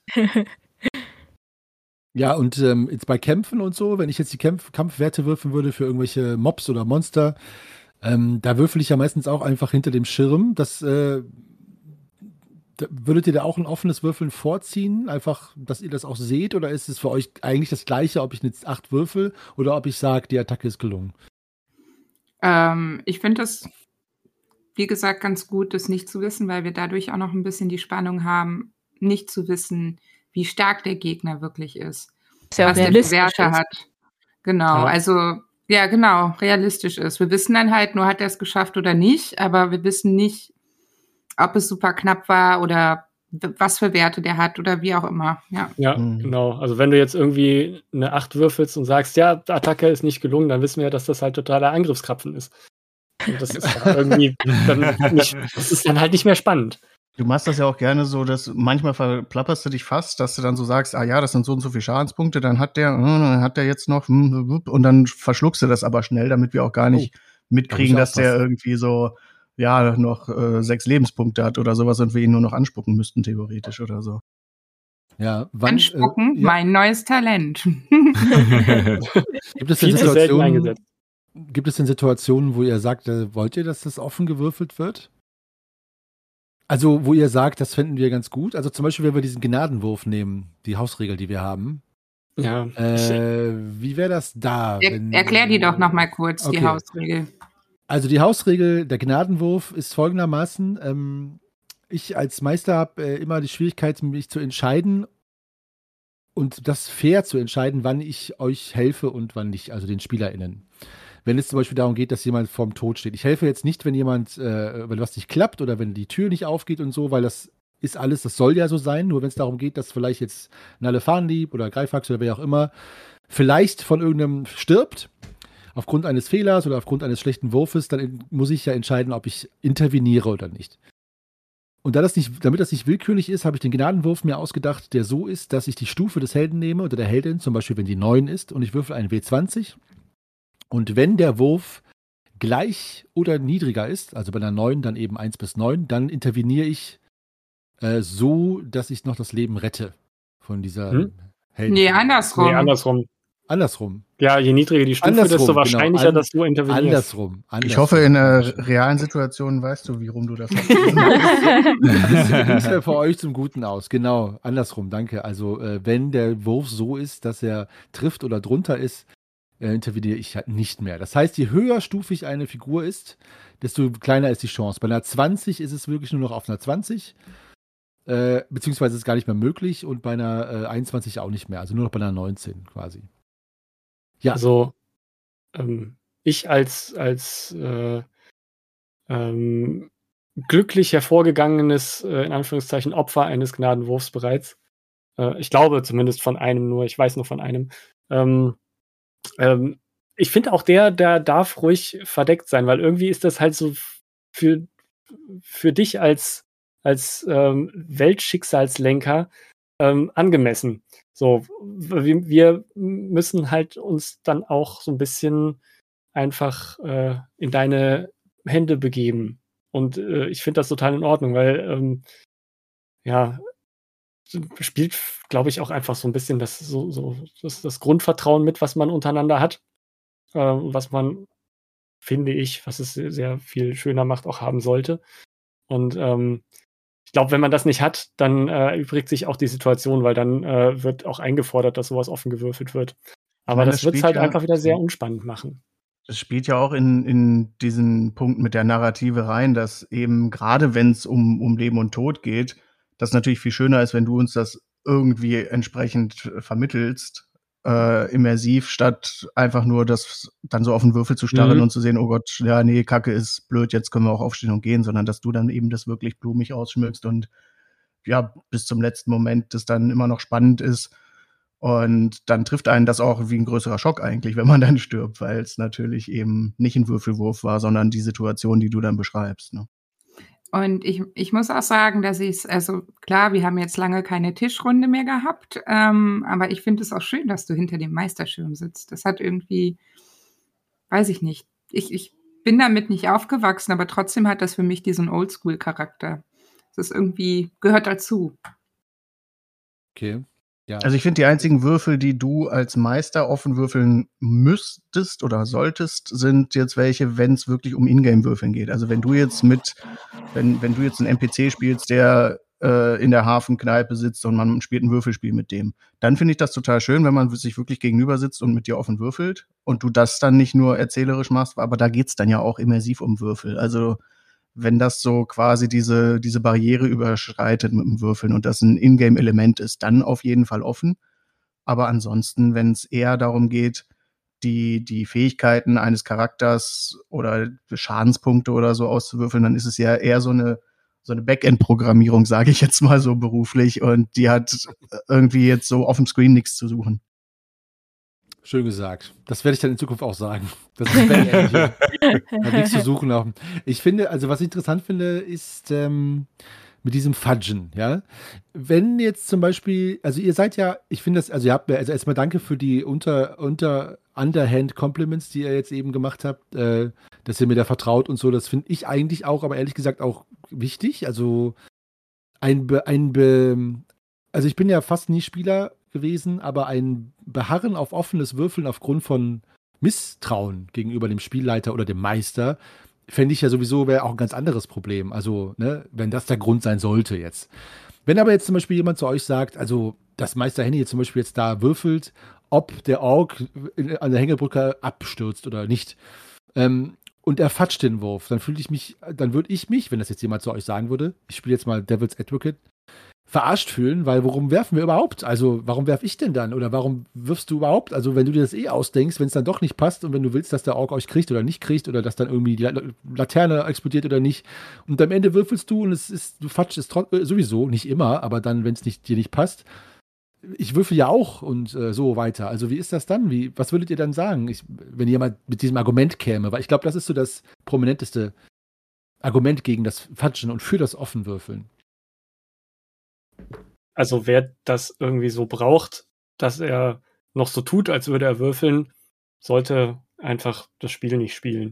Ja, und ähm, jetzt bei Kämpfen und so, wenn ich jetzt die Kämpf Kampfwerte würfeln würde für irgendwelche Mobs oder Monster, ähm, da würfel ich ja meistens auch einfach hinter dem Schirm. Das äh, da, würdet ihr da auch ein offenes Würfeln vorziehen? Einfach, dass ihr das auch seht? Oder ist es für euch eigentlich das Gleiche, ob ich jetzt acht würfel oder ob ich sage, die Attacke ist gelungen? Ähm, ich finde das, wie gesagt, ganz gut, das nicht zu wissen, weil wir dadurch auch noch ein bisschen die Spannung haben, nicht zu wissen, wie stark der Gegner wirklich ist. ist ja auch was der für realistisch Werte ist. hat. Genau, Ja. also, ja, genau, realistisch ist. Wir wissen dann halt nur, hat er es geschafft oder nicht, aber wir wissen nicht, ob es super knapp war oder w- was für Werte der hat oder wie auch immer. Ja, Ja, Mhm. genau. Also wenn du jetzt irgendwie eine acht würfelst und sagst, ja, die Attacke ist nicht gelungen, dann wissen wir ja, dass das halt totaler Angriffskrapfen ist. Und das ist ja irgendwie dann nicht, das ist dann halt nicht mehr spannend. Du machst das ja auch gerne so, dass manchmal verplapperst du dich fast, dass du dann so sagst, ah ja, das sind so und so viele Schadenspunkte, dann hat der, äh, dann hat der jetzt noch, hm, und dann verschluckst du das aber schnell, damit wir auch gar nicht Oh, mitkriegen, da muss ich dass der aufpassen. irgendwie so, ja, noch äh, sechs Lebenspunkte hat oder sowas und wir ihn nur noch anspucken müssten, theoretisch oder so. Ja, wann, anspucken, äh, ja, mein neues Talent. gibt es denn Viel zu selten Situationen, eingesetzt. gibt es denn Situationen, wo ihr sagt, äh, wollt ihr, dass das offen gewürfelt wird? Also, wo ihr sagt, das fänden wir ganz gut. Also zum Beispiel, wenn wir diesen Gnadenwurf nehmen, die Hausregel, die wir haben. Ja, ich, Äh, wie wäre das da? Er, wenn- erklär die doch noch mal kurz, Okay. die Hausregel. Also die Hausregel, der Gnadenwurf ist folgendermaßen. Ähm, ich als Meister habe äh, immer die Schwierigkeit, mich zu entscheiden und das fair zu entscheiden, wann ich euch helfe und wann nicht, also den SpielerInnen. Wenn es zum Beispiel darum geht, dass jemand vorm Tod steht. Ich helfe jetzt nicht, wenn jemand, äh, wenn was nicht klappt oder wenn die Tür nicht aufgeht und so, weil das ist alles, das soll ja so sein, nur wenn es darum geht, dass vielleicht jetzt ein Alefanlieb oder Greifax oder wer auch immer vielleicht von irgendeinem stirbt, aufgrund eines Fehlers oder aufgrund eines schlechten Wurfes, dann muss ich ja entscheiden, ob ich interveniere oder nicht. Und da das nicht, damit das nicht willkürlich ist, habe ich den Gnadenwurf mir ausgedacht, der so ist, dass ich die Stufe des Helden nehme oder der Heldin, zum Beispiel wenn die neun ist, und ich würfel einen W zwanzig. Und wenn der Wurf gleich oder niedriger ist, also bei einer neun dann eben eins bis neun, dann interveniere ich äh, so, dass ich noch das Leben rette von dieser Hm? Heldin. Nee, andersrum. Nee, andersrum. Andersrum. Ja, je niedriger die Stufe, Andersrum, desto genau. wahrscheinlicher, An- dass du intervenierst. Andersrum. andersrum. Ich hoffe, in einer realen Situation weißt du, wie rum du das machst. Das sieht ja für euch zum Guten aus. Genau, andersrum, danke. Also, äh, wenn der Wurf so ist, dass er trifft oder drunter ist, äh, interveniere ich halt nicht mehr. Das heißt, je höher stufig eine Figur ist, desto kleiner ist die Chance. Bei einer zwanzig ist es wirklich nur noch auf einer zwanzig, äh, beziehungsweise ist es gar nicht mehr möglich und bei einer äh, einundzwanzig auch nicht mehr. Also nur noch bei einer neunzehn quasi. Ja. Also, ähm, ich als, als äh, ähm, glücklich hervorgegangenes, äh, in Anführungszeichen, Opfer eines Gnadenwurfs bereits, äh, ich glaube zumindest von einem nur, ich weiß nur von einem, ähm, ähm, ich finde auch der, der darf ruhig verdeckt sein, weil irgendwie ist das halt so für, für dich als, als ähm, Weltschicksalslenker ähm, angemessen. So, wir, wir müssen halt uns dann auch so ein bisschen einfach äh, in deine Hände begeben. Und äh, ich finde das total in Ordnung, weil ähm, ja, spielt, glaube ich, auch einfach so ein bisschen das, so, so, das, das Grundvertrauen mit, was man untereinander hat. Äh, was man, finde ich, was es sehr, sehr viel schöner macht, auch haben sollte. Und ähm, ich glaube, wenn man das nicht hat, dann äh, übrigt sich auch die Situation, weil dann äh, wird auch eingefordert, dass sowas offen gewürfelt wird. Aber meine, das das wird es spielt halt ja- einfach wieder sehr unspannend machen. Das spielt ja auch in, in diesen Punkt mit der Narrative rein, dass eben gerade wenn es um, um Leben und Tod geht, das natürlich viel schöner ist, wenn du uns das irgendwie entsprechend vermittelst, äh, immersiv, statt einfach nur das dann so auf den Würfel zu starren Mhm. und zu sehen, oh Gott, ja, nee, Kacke ist blöd, jetzt können wir auch aufstehen und gehen, sondern dass du dann eben das wirklich blumig ausschmückst und ja, bis zum letzten Moment das dann immer noch spannend ist. Und dann trifft einen das auch wie ein größerer Schock eigentlich, wenn man dann stirbt, weil es natürlich eben nicht ein Würfelwurf war, sondern die Situation, die du dann beschreibst. Ne? Und ich, ich muss auch sagen, dass ich es, also klar, wir haben jetzt lange keine Tischrunde mehr gehabt, ähm, aber ich finde es auch schön, dass du hinter dem Meisterschirm sitzt. Das hat irgendwie, weiß ich nicht, ich, ich bin damit nicht aufgewachsen, aber trotzdem hat das für mich diesen Oldschool-Charakter. Das ist irgendwie, gehört dazu. Okay. Ja. Also ich finde, die einzigen Würfel, die du als Meister offen würfeln müsstest oder solltest, sind jetzt welche, wenn es wirklich um Ingame-Würfeln geht. Also wenn du jetzt mit, wenn, wenn du jetzt einen N P C spielst, der äh, in der Hafenkneipe sitzt und man spielt ein Würfelspiel mit dem, dann finde ich das total schön, wenn man sich wirklich gegenüber sitzt und mit dir offen würfelt und du das dann nicht nur erzählerisch machst, aber da geht's dann ja auch immersiv um Würfel. Also wenn das so quasi diese, diese Barriere überschreitet mit dem Würfeln und das ein Ingame-Element ist, dann auf jeden Fall offen. Aber ansonsten, wenn es eher darum geht, die, die Fähigkeiten eines Charakters oder Schadenspunkte oder so auszuwürfeln, dann ist es ja eher so eine, so eine Backend-Programmierung, sage ich jetzt mal so beruflich. Und die hat irgendwie jetzt so auf dem Screen nichts zu suchen. Schön gesagt. Das werde ich dann in Zukunft auch sagen. Das ist Backend. Hat nichts zu suchen. Auch. Ich finde, also was ich interessant finde, ist ähm, mit diesem Fudgen, ja. Wenn jetzt zum Beispiel, also ihr seid ja, ich finde das, also ihr habt mir, also erstmal danke für die unter, unter Underhand Compliments, die ihr jetzt eben gemacht habt, äh, dass ihr mir da vertraut und so, das finde ich eigentlich auch, aber ehrlich gesagt auch wichtig. Also ein, Be, ein Be, also ich bin ja fast nie Spieler gewesen, aber ein Beharren auf offenes Würfeln aufgrund von Misstrauen gegenüber dem Spielleiter oder dem Meister, fände ich ja sowieso, wäre auch ein ganz anderes Problem. Also, ne, wenn das der Grund sein sollte jetzt. Wenn aber jetzt zum Beispiel jemand zu euch sagt, also, dass Meister Henny jetzt zum Beispiel jetzt da würfelt, ob der Ork an der Hängebrücke abstürzt oder nicht, ähm, und er fatscht den Wurf, dann fühle ich mich, dann würde ich mich, wenn das jetzt jemand zu euch sagen würde, ich spiele jetzt mal Devil's Advocate, verarscht fühlen, weil warum werfen wir überhaupt? Also warum werf ich denn dann? Oder warum wirfst du überhaupt? Also wenn du dir das eh ausdenkst, wenn es dann doch nicht passt und wenn du willst, dass der Ork euch kriegt oder nicht kriegt oder dass dann irgendwie die Laterne explodiert oder nicht und am Ende würfelst du und es ist, du fatschst es trotzdem, sowieso, nicht immer, aber dann, wenn es nicht, dir nicht passt, ich würfel ja auch und äh, so weiter. Also wie ist das dann? Wie, was würdet ihr dann sagen, ich, wenn jemand mit diesem Argument käme? Weil ich glaube, das ist so das prominenteste Argument gegen das Fatschen und für das Offenwürfeln. Also wer das irgendwie so braucht, dass er noch so tut, als würde er würfeln, sollte einfach das Spiel nicht spielen.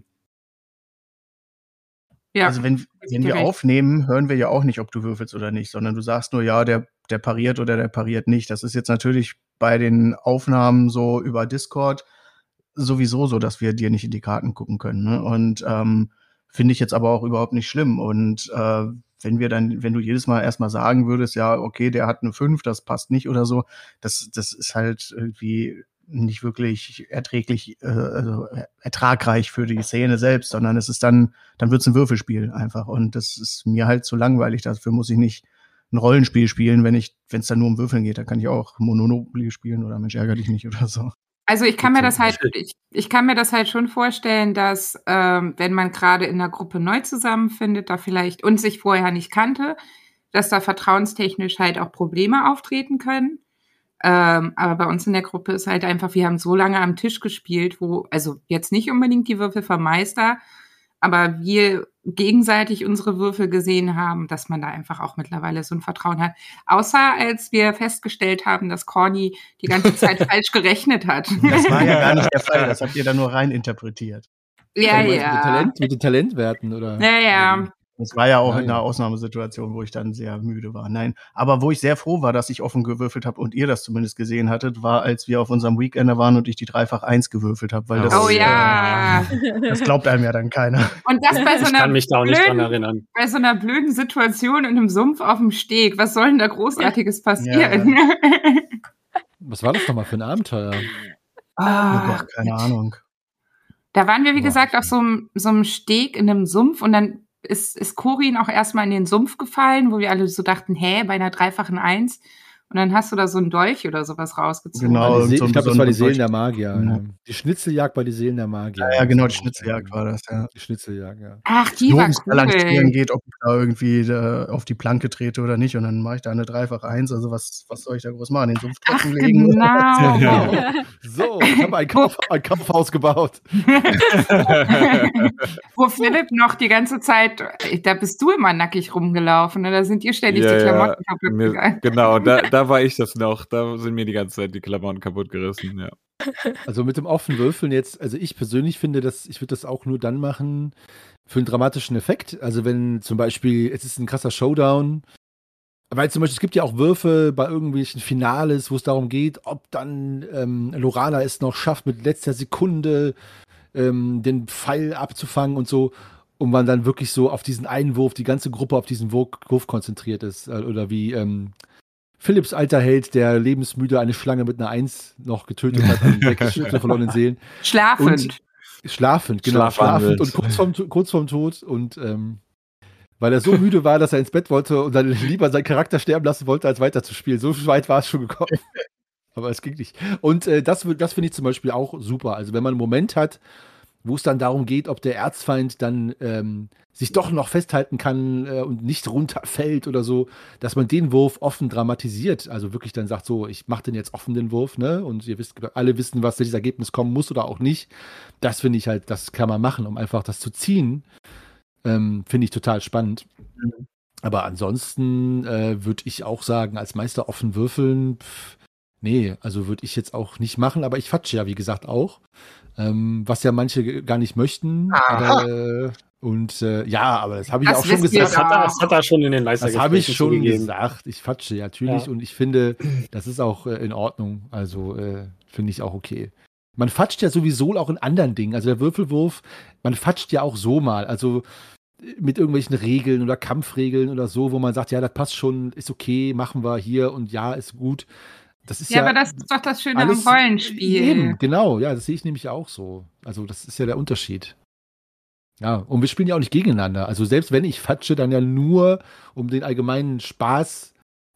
Ja, Also wenn, wenn wir recht. aufnehmen, hören wir ja auch nicht, ob du würfelst oder nicht, sondern du sagst nur, ja, der, der pariert oder der pariert nicht. Das ist jetzt natürlich bei den Aufnahmen so über Discord sowieso so, dass wir dir nicht in die Karten gucken können. Ne? Und ähm, finde ich jetzt aber auch überhaupt nicht schlimm. Und äh, wenn wir dann, wenn du jedes Mal erstmal sagen würdest, ja, okay, der hat eine fünf, das passt nicht oder so, das, das ist halt irgendwie nicht wirklich erträglich, äh, also ertragreich für die Szene selbst, sondern es ist dann, dann wird's ein Würfelspiel einfach. Und das ist mir halt zu langweilig. Dafür muss ich nicht ein Rollenspiel spielen, wenn ich, wenn es dann nur um Würfeln geht. Da kann ich auch Monopoly spielen oder Mensch, ärger dich nicht oder so. Also ich kann mir das halt, ich, ich kann mir das halt schon vorstellen, dass ähm, wenn man gerade in einer Gruppe neu zusammenfindet, da vielleicht und sich vorher nicht kannte, dass da vertrauenstechnisch halt auch Probleme auftreten können. Ähm, aber bei uns in der Gruppe ist halt einfach, wir haben so lange am Tisch gespielt, wo, also jetzt nicht unbedingt die Würfel vom Meister, aber wir gegenseitig unsere Würfel gesehen haben, dass man da einfach auch mittlerweile so ein Vertrauen hat. Außer als wir festgestellt haben, dass Corny die ganze Zeit falsch gerechnet hat. Das war ja gar nicht der Fall, das habt ihr da nur rein interpretiert. Ja, Mit den ja. Talent, mit den Talentwerten, oder? Ja, ja. Das war ja auch Ja, in einer ja. Ausnahmesituation, wo ich dann sehr müde war. Nein, aber wo ich sehr froh war, dass ich offen gewürfelt habe und ihr das zumindest gesehen hattet, war, als wir auf unserem Weekender waren und ich die Dreifach eins gewürfelt habe, weil das, Oh äh, ja. das glaubt einem ja dann keiner. Und das bei so Ich kann einer mich da auch nicht dran blöden, erinnern. bei so einer blöden Situation in einem Sumpf auf dem Steg. Was soll denn da Großartiges passieren? Was war das nochmal für ein Abenteuer? Oh Ah, Gott, keine Ahnung. Da waren wir, wie Boah. gesagt, auf so einem, so einem Steg in einem Sumpf und dann ist, ist Corin auch erstmal in den Sumpf gefallen, wo wir alle so dachten, hä, bei einer dreifachen Eins. Und dann hast du da so einen Dolch oder sowas rausgezogen. Genau. Die See- so- ich glaube, so das war die ein- Seelen der Magier. Ja. Ja. Die Schnitzeljagd bei die Seelen der Magier. Ja, ja, genau, die Das Schnitzeljagd war das, ja. Die Schnitzeljagd, ja. Ach, die Nur war ums Balancieren cool. geht, ob ich da irgendwie äh, auf die Planke trete oder nicht. Und dann mache ich da eine Dreifach Eins. Also was, was soll ich da groß machen? Den Sumpf Ach, trockenlegen? genau. Ja. So, ich habe ein, Kauf, ein Kaufhaus gebaut. Wo Philipp noch die ganze Zeit, da bist du immer nackig rumgelaufen, ne? Da sind dir ständig Ja, die ja, Klamotten kaputt mir, gegangen. genau, da, da war ich das noch. Da sind mir die ganze Zeit die Klamotten kaputt gerissen. Ja. Also mit dem offenen Würfeln jetzt, also ich persönlich finde, dass ich würde das auch nur dann machen für einen dramatischen Effekt. Also wenn zum Beispiel, es ist ein krasser Showdown, weil zum Beispiel es gibt ja auch Würfe bei irgendwelchen Finales, wo es darum geht, ob dann ähm, Lorana es noch schafft, mit letzter Sekunde ähm, den Pfeil abzufangen und so, und man dann wirklich so auf diesen einen Wurf, die ganze Gruppe auf diesen Wurf, Wurf konzentriert ist. Äh, Oder wie ähm, Philipps alter Held, der lebensmüde eine Schlange mit einer Eins noch getötet hat, an weggeschnittene verlorenen Seelen. Schlafend. Schlafend, genau, Schlafwandelt. schlafend und kurz vorm, kurz vorm Tod und ähm, weil er so müde war, dass er ins Bett wollte und dann lieber seinen Charakter sterben lassen wollte, als weiterzuspielen. So weit war es schon gekommen. Aber es ging nicht. Und äh, das, das finde ich zum Beispiel auch super. Also wenn man einen Moment hat, wo es dann darum geht, ob der Erzfeind dann ähm, sich doch noch festhalten kann äh, und nicht runterfällt oder so, dass man den Wurf offen dramatisiert. Also wirklich dann sagt so, ich mache den jetzt offen, den Wurf, ne? Und ihr wisst, alle wissen, was zu diesem Ergebnis kommen muss oder auch nicht. Das finde ich halt, das kann man machen, um einfach das zu ziehen. Ähm, finde ich total spannend. Mhm. Aber ansonsten äh, würde ich auch sagen, als Meister offen würfeln, pff, nee, also würde ich jetzt auch nicht machen, aber ich fatsche ja, wie gesagt, auch. Ähm, was ja manche g- gar nicht möchten. Aber, äh, und äh, ja, aber das habe ich Das auch schon wisst ihr gesagt. Das hat, er, das hat er schon in den Meistergesprächen Das habe ich schon zugegeben. gesagt. Ich fatsche ja, natürlich. Ja. Und ich finde, das ist auch äh, in Ordnung. Also äh, finde ich auch okay. Man fatscht ja sowieso auch in anderen Dingen. Also der Würfelwurf, man fatscht ja auch so mal. Also äh, mit irgendwelchen Regeln oder Kampfregeln oder so, wo man sagt, ja, das passt schon, ist okay, machen wir hier und ja, ist gut. Das ist Ja, ja, aber das ist doch das Schöne alles- am Rollenspiel. Eben, genau, ja, das sehe ich nämlich auch so. Also das ist ja der Unterschied. Ja, und wir spielen ja auch nicht gegeneinander. Also selbst wenn ich fatsche, dann ja nur, um den allgemeinen Spaß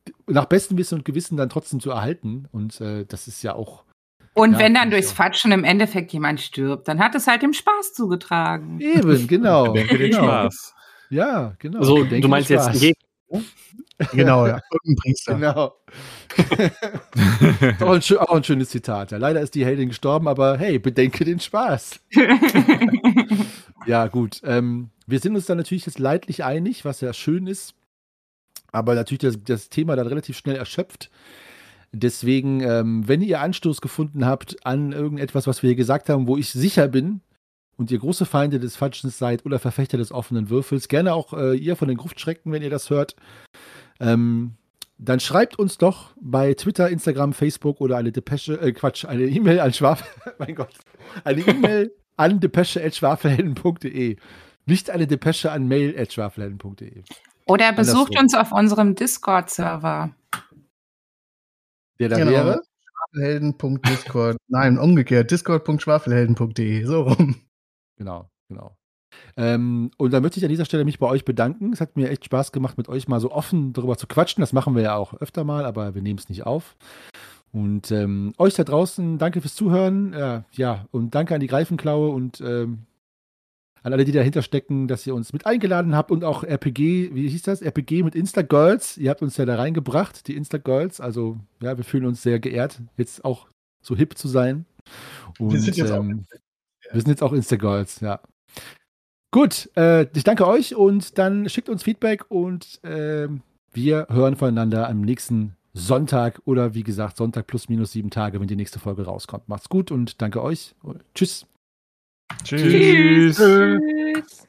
nach bestem Wissen und Gewissen dann trotzdem zu erhalten. Und äh, das ist ja auch. Und ja, wenn dann durchs so. Fatschen im Endeffekt jemand stirbt, dann hat es halt dem Spaß zugetragen. Eben, genau. Bedenke den genau. Spaß. Ja, genau. So, Bedenke du meinst den jetzt Spaß. je- Genau, ja. Irgendein Priester. Genau. auch, ein, schö- auch ein schönes Zitat. Ja, leider ist die Heldin gestorben, aber hey, bedenke den Spaß. Ja, gut. Ähm, wir sind uns da natürlich jetzt leidlich einig, was ja schön ist. Aber natürlich das, das Thema dann relativ schnell erschöpft. Deswegen, ähm, wenn ihr Anstoß gefunden habt an irgendetwas, was wir hier gesagt haben, wo ich sicher bin und ihr große Feinde des Fatschens seid oder Verfechter des offenen Würfels, gerne auch äh, ihr von den Gruftschrecken, wenn ihr das hört, ähm, dann schreibt uns doch bei Twitter, Instagram, Facebook oder eine Depesche, äh, Quatsch, eine E-Mail an Schwafel, mein Gott, eine E-Mail an depesche at schwafelhelden punkt de. Nicht eine Depesche an mail at schwafelhelden punkt de. Oder besucht Andersrum. uns auf unserem Discord-Server. Der da Genau. wäre. Schwafelhelden.discord. Nein, umgekehrt. discord punkt schwafelhelden punkt de. So rum. Genau, genau. Ähm, und dann möchte ich an dieser Stelle mich bei euch bedanken. Es hat mir echt Spaß gemacht, mit euch mal so offen darüber zu quatschen. Das machen wir ja auch öfter mal, aber wir nehmen es nicht auf. Und ähm, euch da draußen, danke fürs Zuhören. Äh, ja, und danke an die Greifenklaue und ähm, an alle, die dahinter stecken, dass ihr uns mit eingeladen habt und auch R P G, wie hieß das? R P G mit Insta-Girls. Ihr habt uns ja da reingebracht, die Insta-Girls. Also, ja, wir fühlen uns sehr geehrt, jetzt auch so hip zu sein. Und, Wir sind jetzt auch ähm, wir sind jetzt auch Insta-Girls, ja. Gut, äh, ich danke euch und dann schickt uns Feedback und ähm, wir hören voneinander am nächsten Sonntag oder wie gesagt Sonntag plus minus sieben Tage, wenn die nächste Folge rauskommt. Macht's gut und danke euch. Tschüss. Tschüss. Tschüss.